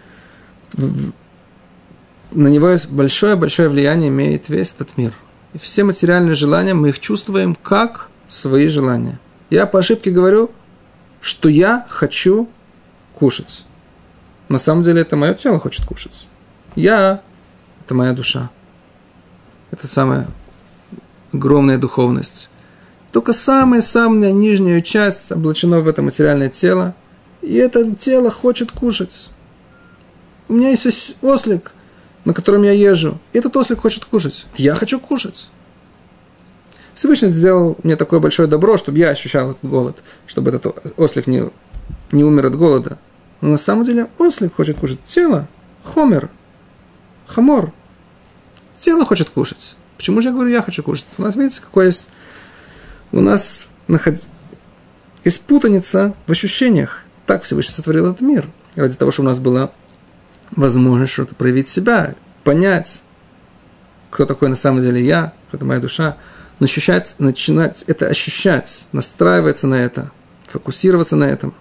на него большое-большое влияние имеет весь этот мир. И все материальные желания, мы их чувствуем как свои желания. Я по ошибке говорю, что я хочу кушать. На самом деле это мое тело хочет кушать. Я – это моя душа. Это самая огромная духовность. Только самая-самая нижняя часть облачена в это материальное тело, и это тело хочет кушать. У меня есть ослик, на котором я езжу, и этот ослик хочет кушать. Я хочу кушать. Всевышний сделал мне такое большое добро, чтобы я ощущал этот голод, чтобы этот ослик не умер от голода. Но на самом деле ослик хочет кушать. Тело, хомер, хамор. Тело хочет кушать. Почему же я говорю, я хочу кушать? У нас, видите, какой есть... У нас есть путаница в ощущениях. Так Всевышний сотворил этот мир. Ради того, чтобы у нас была возможность что-то проявить себя, понять, кто такой на самом деле я, кто это моя душа, начинать это ощущать, настраиваться на это, фокусироваться на этом.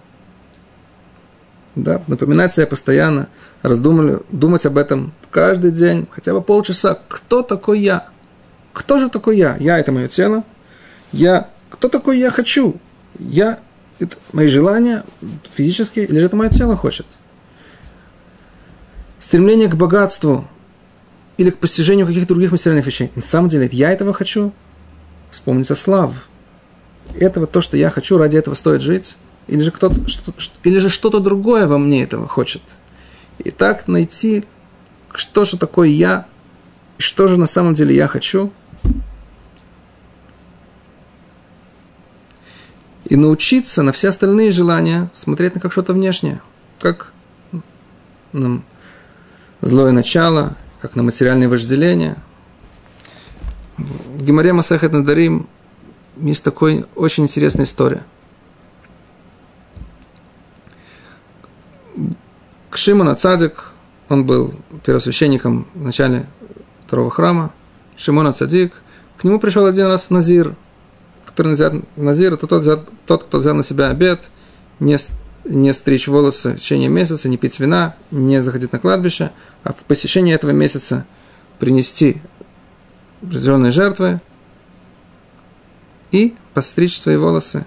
Да, напоминать себе постоянно, думать об этом каждый день, хотя бы полчаса. Кто такой я? Кто же такой я? Я – это мое тело. Кто такой я хочу? Это мои желания физические, или же это мое тело хочет? Стремление к богатству или к постижению каких-то других материальных вещей. На самом деле, я этого хочу. Вспомните слав. Это вот то, что я хочу, ради этого стоит жить. Или же что-то другое во мне этого хочет. И так найти, что же такое я, и что же на самом деле я хочу. И научиться на все остальные желания смотреть на как что-то внешнее. Как нам злое начало, как на материальное вожделение. В Гемаре Масехет Недарим есть такая очень интересная история. Шимон ха-Цадик, он был первосвященником в начале второго храма. Шимон ха-Цадик, к нему пришел один раз Назир, который Назир, это тот, кто взял на себя обет не стричь волосы в течение месяца, не пить вина, не заходить на кладбище, а в посещении этого месяца принести определенные жертвы и постричь свои волосы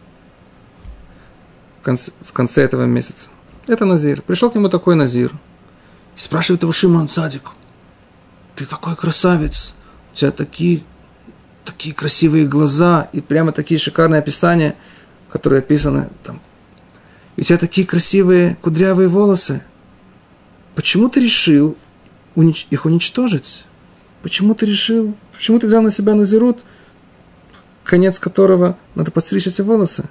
в конце этого месяца. Это Назир. Пришел к нему такой Назир и спрашивает его Шимон ха-Цадик: ты такой красавец, у тебя такие красивые глаза и прямо такие шикарные описания, которые описаны там. И у тебя такие красивые кудрявые волосы. Почему ты решил их уничтожить? Почему ты взял на себя назирут, конец которого надо подстричь эти волосы?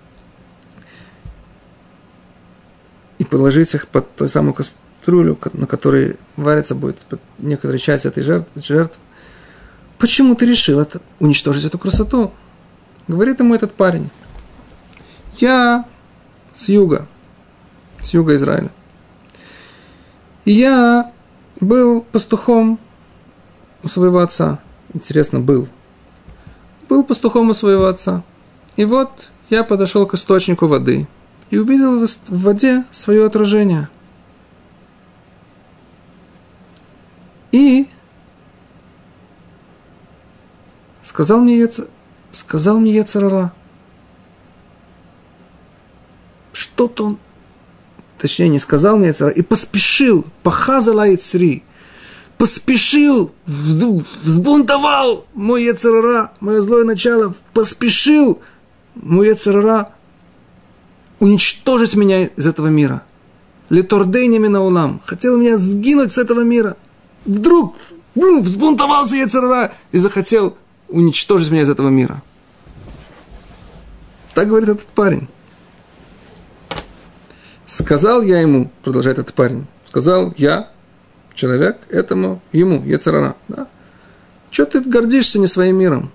И положить их под ту самую кастрюлю, на которой варится будет некоторая часть этой жертвы. Почему ты решил уничтожить эту красоту? Говорит ему этот парень: я с юга Израиля. И я был пастухом у своего отца. Интересно, был пастухом у своего отца. И вот я подошел к источнику воды и увидел в воде свое отражение. И сказал мне Йецер ха-Ра. Что-то он, точнее, не сказал мне Йецер ха-Ра, и поспешил, пахазала Йецри, поспешил, взбунтовал мой Йецер ха-Ра, мое злое начало, поспешил мой Йецер ха-Ра уничтожить меня из этого мира. Летордейни мина улам, хотел меня сгинуть с этого мира. Вдруг взбунтовался Йецер ха-Ра и захотел уничтожить меня из этого мира. Так говорит этот парень. Сказал я ему, продолжает этот парень, сказал я, человек, ему, Йецер ха-Ра, да? Чего ты гордишься не своим миром?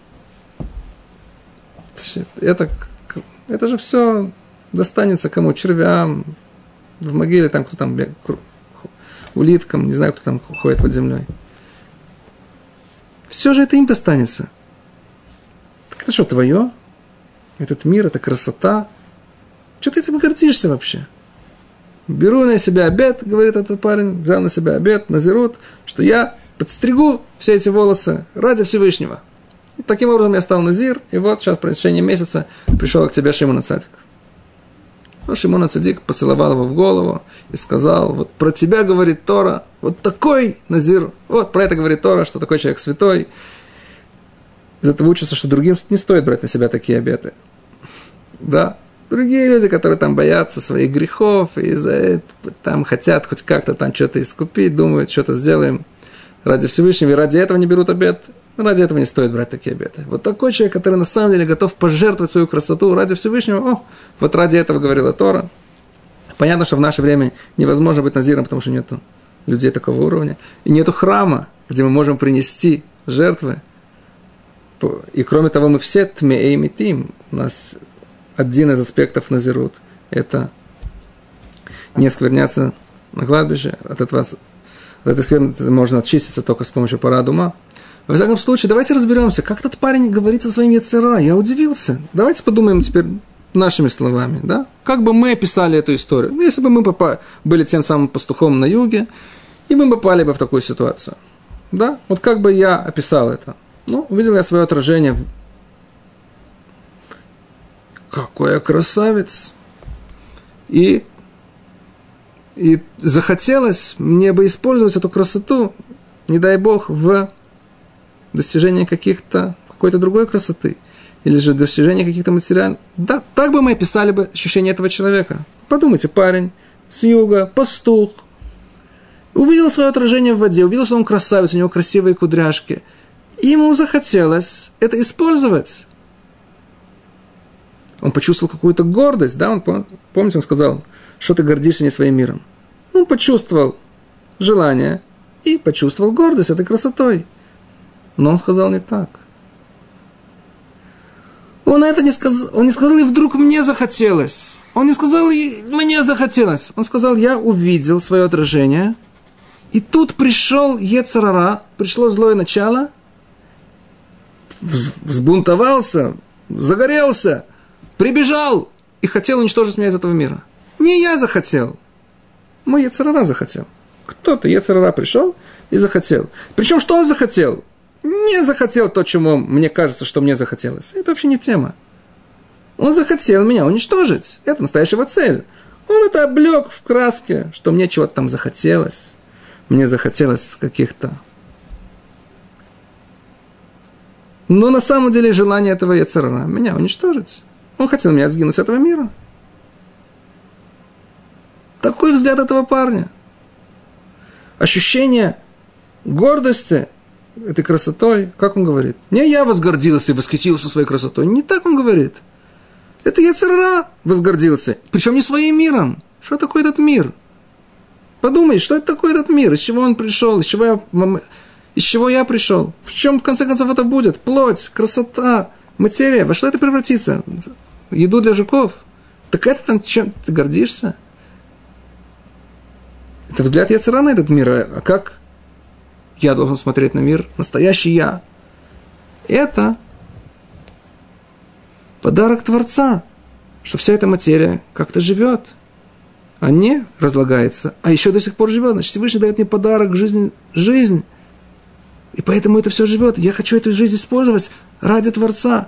Это же все достанется кому? Червям, в могиле, там кто там, улиткам, не знаю, кто там ходит под землей. Все же это им достанется. Так это что, твое? Этот мир, эта красота? Чего ты этим гордишься вообще? Беру на себя обет, говорит этот парень, взял на себя обет, назирут, что я подстригу все эти волосы ради Всевышнего. И таким образом я стал назир, и вот сейчас, по течение месяца, пришел к тебе Шимон ха-Цадик. Но Шимон ха-Цадик поцеловал его в голову и сказал: вот про тебя говорит Тора, вот такой назир, вот про это говорит Тора, что такой человек святой. Из этого учится, что другим не стоит брать на себя такие обеты. Да. Другие люди, которые там боятся своих грехов и там хотят хоть как-то там что-то искупить, думают, что-то сделаем ради Всевышнего, и ради этого не берут обет, ради этого не стоит брать такие обеты. Вот такой человек, который на самом деле готов пожертвовать свою красоту ради Всевышнего, вот ради этого говорила Тора. Понятно, что в наше время невозможно быть назиром, потому что нету людей такого уровня, и нету храма, где мы можем принести жертвы. И кроме того, мы все тмеэй митим, у нас один из аспектов назирут – это не скверняться на кладбище. От этой скверны можно очиститься только с помощью парад ума. Во всяком случае, давайте разберемся, как этот парень говорит со своим Йецер ха-Ра. Я удивился. Давайте подумаем теперь нашими словами. Да? Как бы мы описали эту историю? Ну, если бы мы были тем самым пастухом на юге, и мы попали бы в такую ситуацию. Да? Вот как бы я описал это? Ну, увидел я свое отражение. Какой я красавец! И захотелось мне бы использовать эту красоту, не дай Бог, в достижении какой-то другой красоты. Или же достижение каких-то материальных. Да, так бы мы описали бы ощущение этого человека. Подумайте, парень с юга, пастух, увидел свое отражение в воде, увидел, что он красавец, у него красивые кудряшки. И ему захотелось это использовать. Он почувствовал какую-то гордость, да, помните, он сказал, что ты гордишься не своим миром. Он почувствовал желание и почувствовал гордость этой красотой. Но он сказал не так. Он это не сказал, он не сказал, и вдруг мне захотелось. Он не сказал, и мне захотелось. Он сказал, я увидел свое отражение, и тут пришел йецер ара, пришло злое начало, взбунтовался, загорелся, прибежал и хотел уничтожить меня из этого мира. Не я захотел, мой йецер ара захотел. Кто-то, йецер ара, пришел и захотел. Причем, что он захотел? Не захотел то, чему мне кажется, что мне захотелось. Это вообще не тема. Он захотел меня уничтожить. Это настоящая его цель. Он это облег в краске, что мне чего-то там захотелось. Мне захотелось каких-то... Но на самом деле желание этого йецер ара меня уничтожить. Он хотел меня сгинуть с этого мира. Такой взгляд этого парня. Ощущение гордости этой красотой, как он говорит? Не я возгордился и восхитился своей красотой. Не так он говорит. Это йецер ара возгордился. Причем не своим миром. Что такое этот мир? Подумай, что это такое этот мир? Из чего он пришел? Из чего я пришел? В чем, в конце концов, это будет? Плоть, красота, материя. Во что это превратится? Еду для жуков? Так это там чем ты гордишься? Это взгляд йецер ара на этот мир. А как я должен смотреть на мир? Настоящий я. Это подарок Творца, что вся эта материя как-то живет, а не разлагается, а еще до сих пор живет. Значит, Всевышний дает мне подарок жизнь. И поэтому это все живет. Я хочу эту жизнь использовать ради Творца.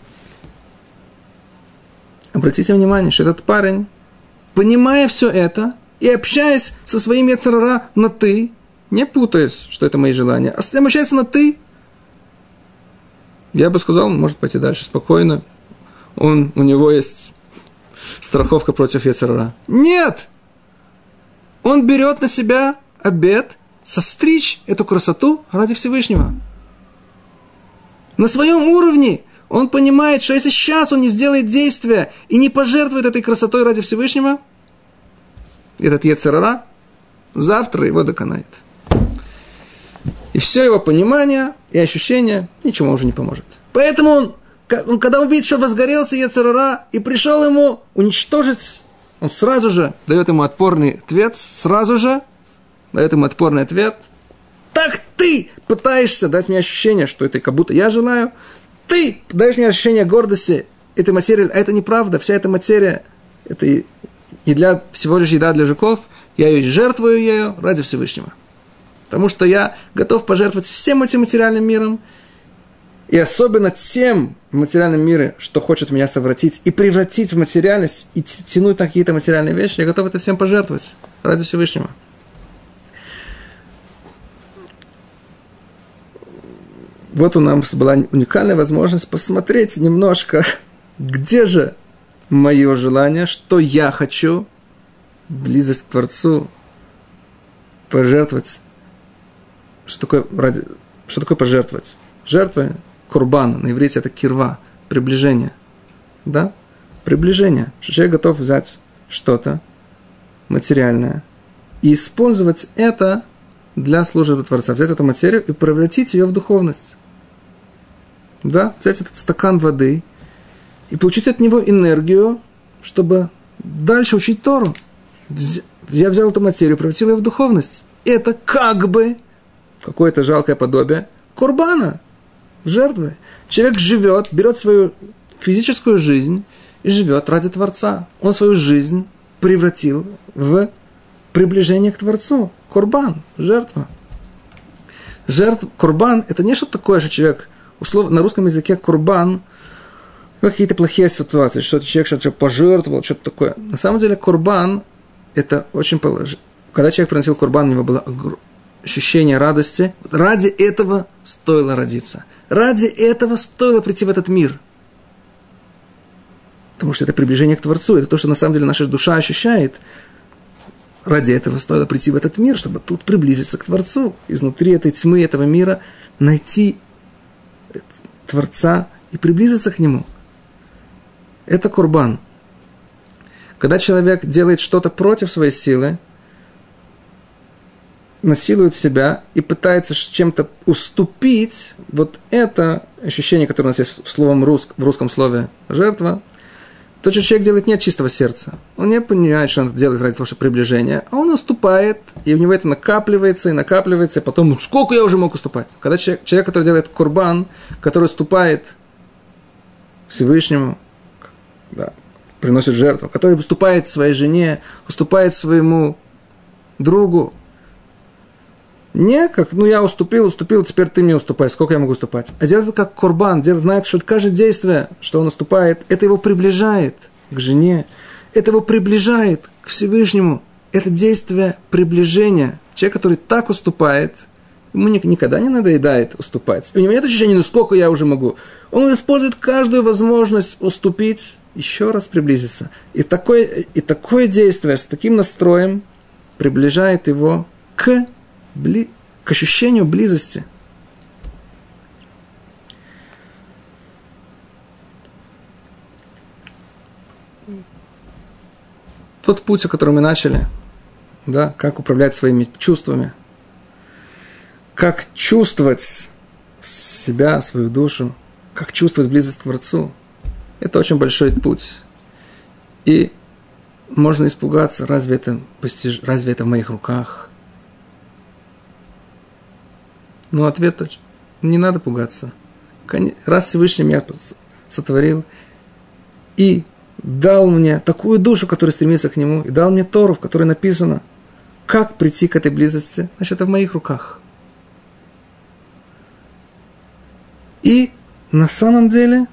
Обратите внимание, что этот парень, понимая все это и общаясь со своим йецер ара на «ты», не путаясь, что это мои желания, а обращается на «ты», я бы сказал, он может пойти дальше спокойно. У него есть страховка против йецер ара. Нет! Он берет на себя обет состричь эту красоту ради Всевышнего. На своем уровне он понимает, что если сейчас он не сделает действия и не пожертвует этой красотой ради Всевышнего, этот йецер ара завтра его доконает. И все его понимание и ощущение ничему уже не поможет. Поэтому он, когда он видит, что возгорелся йецер ара и пришел ему уничтожить, он сразу же дает ему отпорный ответ, Так ты пытаешься дать мне ощущение, что это как будто я желаю, ты даешь мне ощущение гордости этой материи, а это неправда, вся эта материя, это всего лишь еда для жуков, я ее жертвую ею ради Всевышнего. Потому что я готов пожертвовать всем этим материальным миром, и особенно тем материальным миром, что хочет меня совратить и превратить в материальность, и тянуть на какие-то материальные вещи, я готов это всем пожертвовать ради Всевышнего. Вот у нас была уникальная возможность посмотреть немножко, где же мое желание, что я хочу, близость к Творцу, пожертвовать. Что такое пожертвовать? Жертва, курбан, на иврите это кирва, приближение. Да? Приближение. Что человек готов взять что-то материальное и использовать это для службы Творца. Взять эту материю и превратить ее в духовность. Да? Взять этот стакан воды и получить от него энергию, чтобы дальше учить Тору. Я взял эту материю, превратил ее в духовность. Это как бы какое-то жалкое подобие курбана, жертвы. Человек живет, берет свою физическую жизнь и живет ради Творца. Он свою жизнь превратил в приближение к Творцу. Курбан, жертва. Курбан – это не что-то такое, что человек, условно, на русском языке курбан, какие-то плохие ситуации, что человек что-то пожертвовал, что-то такое. На самом деле курбан – это очень положительно. Когда человек приносил курбан, у него было ощущение радости. Ради этого стоило родиться. Ради этого стоило прийти в этот мир. Потому что это приближение к Творцу. Это то, что на самом деле наша душа ощущает. Ради этого стоило прийти в этот мир, чтобы тут приблизиться к Творцу. Изнутри этой тьмы, этого мира найти Творца и приблизиться к Нему. Это курбан. Когда человек делает что-то против своей силы, насилует себя и пытается чем-то уступить, вот это ощущение, которое у нас есть в русском слове «жертва», тот же человек делает не от чистого сердца. Он не понимает, что он делает ради того, чтобы приближение, а он уступает, и у него это накапливается, и потом, сколько я уже мог уступать? Когда человек, который делает курбан, который уступает Всевышнему, да, приносит жертву, который уступает своей жене, уступает своему другу, не как, я уступил, теперь ты мне уступай, сколько я могу уступать. А делает как курбан, знает, что каждое действие, что он уступает, это его приближает к жене, это его приближает к Всевышнему. Это действие приближения. Человек, который так уступает, ему никогда не надоедает уступать. У него нет ощущения, сколько я уже могу. Он использует каждую возможность уступить, еще раз приблизиться. И такое действие с таким настроем приближает его к ощущению близости. Тот путь, о котором мы начали, да, как управлять своими чувствами, как чувствовать себя, свою душу, как чувствовать близость к Творцу, это очень большой путь. И можно испугаться, разве это в моих руках? Но ответ точно. Не надо пугаться. Раз Всевышний меня сотворил и дал мне такую душу, которая стремится к Нему, и дал мне Тору, в которой написано, как прийти к этой близости, значит, это в моих руках. И на самом деле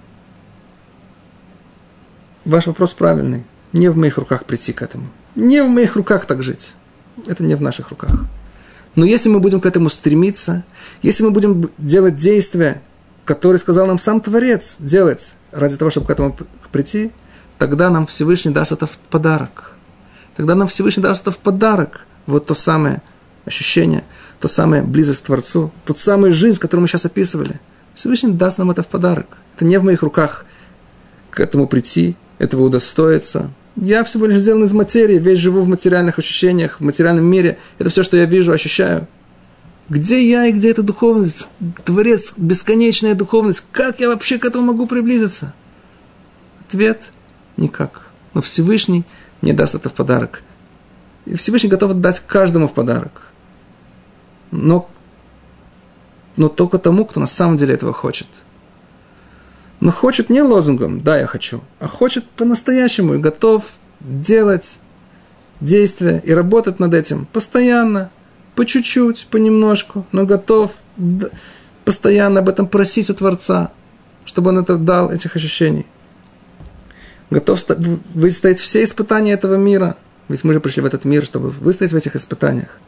ваш вопрос правильный. Не в моих руках прийти к этому. Не в моих руках так жить. Это не в наших руках. Но если мы будем к этому стремиться, если мы будем делать действия, которые сказал нам сам Творец делать ради того, чтобы к этому прийти, тогда нам Всевышний даст это в подарок. Тогда нам Всевышний даст это в подарок. Вот то самое ощущение, то самое близость к Творцу, тот самый жизнь, которую мы сейчас описывали. Всевышний даст нам это в подарок. Это не в моих руках к этому прийти, этого удостоиться. Я всего лишь сделан из материи, весь живу в материальных ощущениях, в материальном мире. Это все, что я вижу, ощущаю. Где я и где эта духовность? Творец, бесконечная духовность. Как я вообще к этому могу приблизиться? Ответ – никак. Но Всевышний мне даст это в подарок. И Всевышний готов отдать каждому в подарок. Но только тому, кто на самом деле этого хочет. Но хочет не лозунгом «да, я хочу», а хочет по-настоящему и готов делать действия и работать над этим постоянно, по чуть-чуть, понемножку, но готов постоянно об этом просить у Творца, чтобы он это дал, этих ощущений. Готов выстоять все испытания этого мира, ведь мы же пришли в этот мир, чтобы выстоять в этих испытаниях.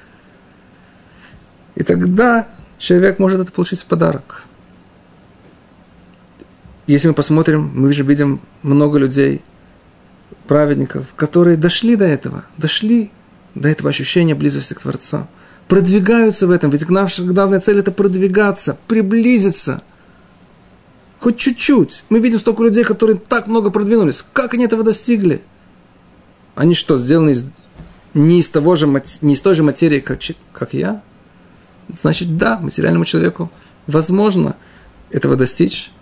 И тогда человек может это получить в подарок. Если мы посмотрим, мы же видим много людей, праведников, которые дошли до этого ощущения близости к Творцу, продвигаются в этом, ведь наша главная цель – это продвигаться, приблизиться, хоть чуть-чуть. Мы видим столько людей, которые так много продвинулись. Как они этого достигли? Они что, сделаны не из той же материи, как я? Значит, да, материальному человеку возможно этого достичь.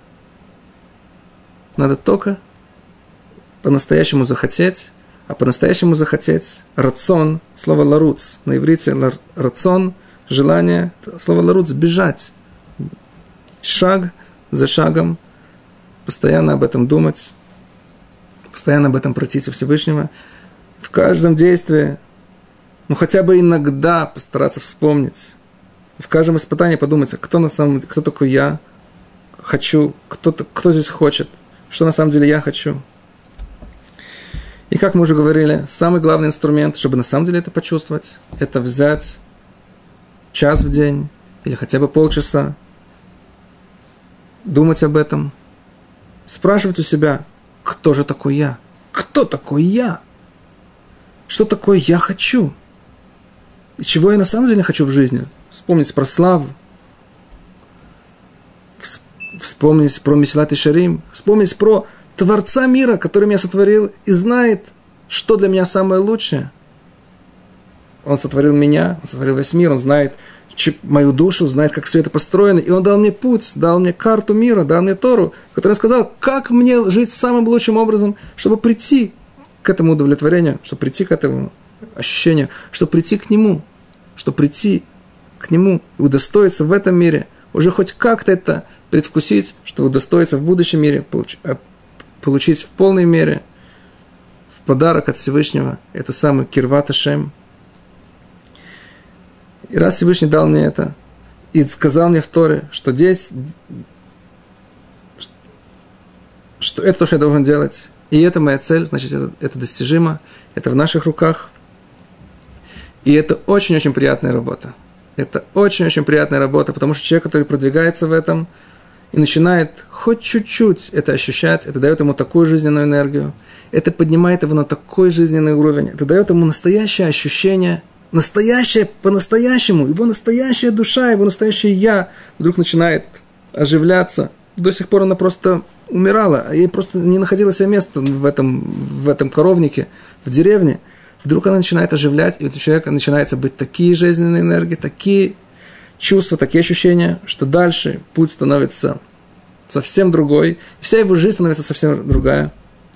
Надо только по-настоящему захотеть, а по-настоящему захотеть рацион, слово ларуц, на иврите рацион, желание, слово ларуц, бежать, шаг за шагом, постоянно об этом думать, постоянно об этом просить у Всевышнего, в каждом действии, хотя бы иногда постараться вспомнить, в каждом испытании подумать, кто такой я, хочу, кто здесь хочет, что на самом деле я хочу. И как мы уже говорили, самый главный инструмент, чтобы на самом деле это почувствовать, это взять час в день или хотя бы полчаса, думать об этом, спрашивать у себя, кто же такой я? Кто такой я? Что такое я хочу? И чего я на самом деле хочу в жизни? Вспомнить про славу, вспомнить про Месилат Йешарим, вспомнить про Творца мира, который меня сотворил и знает, что для меня самое лучшее. Он сотворил меня, Он сотворил весь мир, Он знает мою душу, знает, как все это построено, и Он дал мне путь, дал мне карту мира, дал мне Тору, который сказал, как мне жить самым лучшим образом, чтобы прийти к этому удовлетворению, чтобы прийти к этому ощущению, чтобы прийти к Нему, чтобы прийти к Нему и удостоиться в этом мире, уже хоть как-то это предвкусить, чтобы удостоиться в будущем мире, получить в полной мере в подарок от Всевышнего эту самую Кирват Ашем. И раз Всевышний дал мне это, и сказал мне в Торе, что здесь, что это то, что я должен делать, и это моя цель, значит, это достижимо, это в наших руках. И это очень-очень приятная работа. Это очень-очень приятная работа, потому что человек, который продвигается в этом и начинает хоть чуть-чуть это ощущать, это дает ему такую жизненную энергию, это поднимает его на такой жизненный уровень, это дает ему настоящее ощущение, настоящее по-настоящему, его настоящая душа, его настоящее «я» вдруг начинает оживляться. До сих пор она просто умирала, а ей просто не находило себе места в этом коровнике, в деревне. Вдруг она начинает оживлять, и у человека начинаются быть такие жизненные энергии, такие чувства, такие ощущения, что дальше путь становится совсем другой, вся его жизнь становится совсем другая.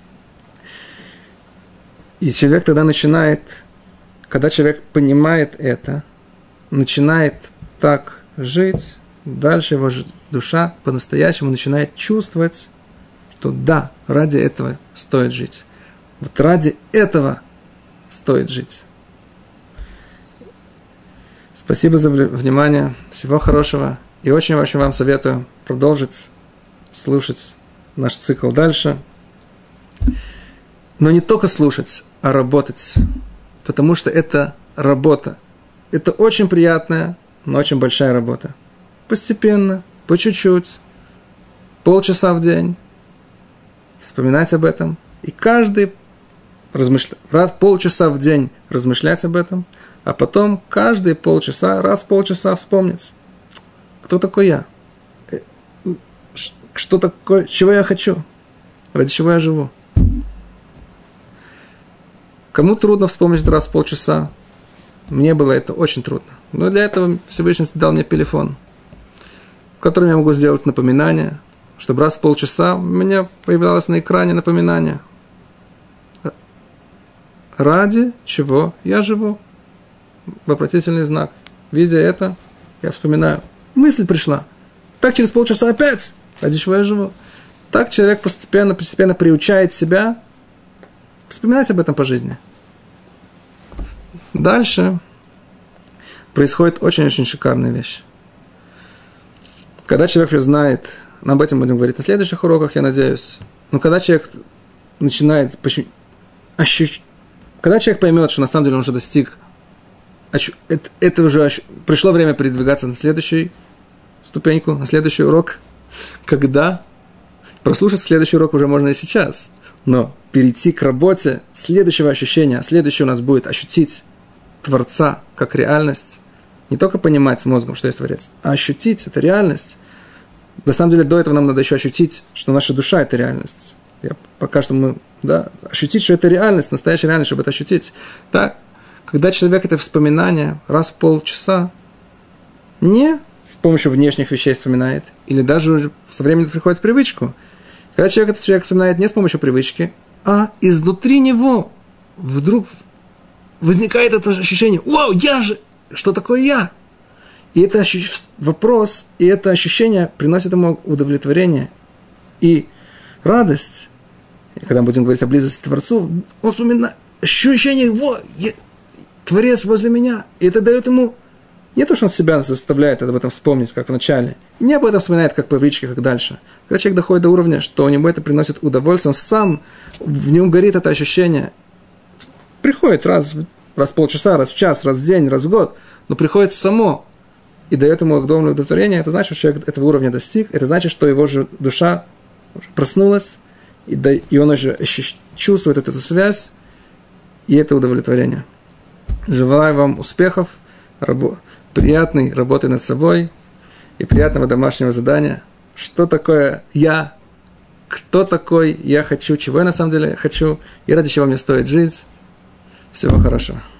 И человек тогда начинает, когда человек понимает это, начинает так жить, дальше его душа по-настоящему начинает чувствовать, что да, ради этого стоит жить. Вот ради этого стоит жить. Спасибо за внимание. Всего хорошего. И очень-очень вам советую продолжить слушать наш цикл дальше. Но не только слушать, а работать. Потому что это работа. Это очень приятная, но очень большая работа. Постепенно, по чуть-чуть, полчаса в день. Вспоминать об этом. И каждый полчаса в день размышлять об этом, а потом каждые полчаса, раз в полчаса вспомнить, кто такой я, что такое, чего я хочу, ради чего я живу. Кому трудно вспомнить раз в полчаса, мне было это очень трудно. Но для этого Всевышний дал мне телефон, в котором я могу сделать напоминание, чтобы раз в полчаса у меня появлялось на экране напоминание. Ради чего я живу? Вопросительный знак. Видя это, я вспоминаю. Мысль пришла. Так через полчаса опять. Ради чего я живу? Так человек постепенно приучает себя вспоминать об этом по жизни. Дальше происходит очень-очень шикарная вещь. Когда человек уже знает, мы об этом будем говорить на следующих уроках, я надеюсь, но когда человек начинает ощущать, когда человек поймет, что на самом деле он уже достиг, это уже пришло время передвигаться на следующую ступеньку, на следующий урок, когда прослушать следующий урок уже можно и сейчас, но перейти к работе следующего ощущения, следующее у нас будет ощутить Творца как реальность, не только понимать с мозгом, что есть Творец, а ощутить эту реальность. На самом деле, до этого нам надо еще ощутить, что наша душа – это реальность. Пока что мы, ощутить, что это реальность, настоящая реальность, чтобы это ощутить. Так, когда человек это вспоминание раз в полчаса не с помощью внешних вещей вспоминает, или даже уже со временем приходит в привычку. Когда человек вспоминает не с помощью привычки, а изнутри него вдруг возникает это ощущение: «Вау, я же! Что такое я?» И это вопрос, и это ощущение приносит ему удовлетворение и радость. И когда мы будем говорить о близости к Творцу, он вспоминает ощущение: Творец возле меня. И это дает ему не то, что он себя заставляет об этом вспомнить, как в начале, не об этом вспоминает, как привычки, как дальше. Когда человек доходит до уровня, что у него это приносит удовольствие, он сам, в нем горит это ощущение. Приходит раз в полчаса, раз в час, раз в день, раз в год, но приходит само и дает ему огромное удовлетворение. Это значит, что человек этого уровня достиг, это значит, что его же душа проснулась, и он уже чувствует эту связь и это удовлетворение. Желаю вам успехов, приятной работы над собой и приятного домашнего задания. Что такое я? Кто такой я хочу? Чего я на самом деле хочу? И ради чего мне стоит жить? Всего хорошего.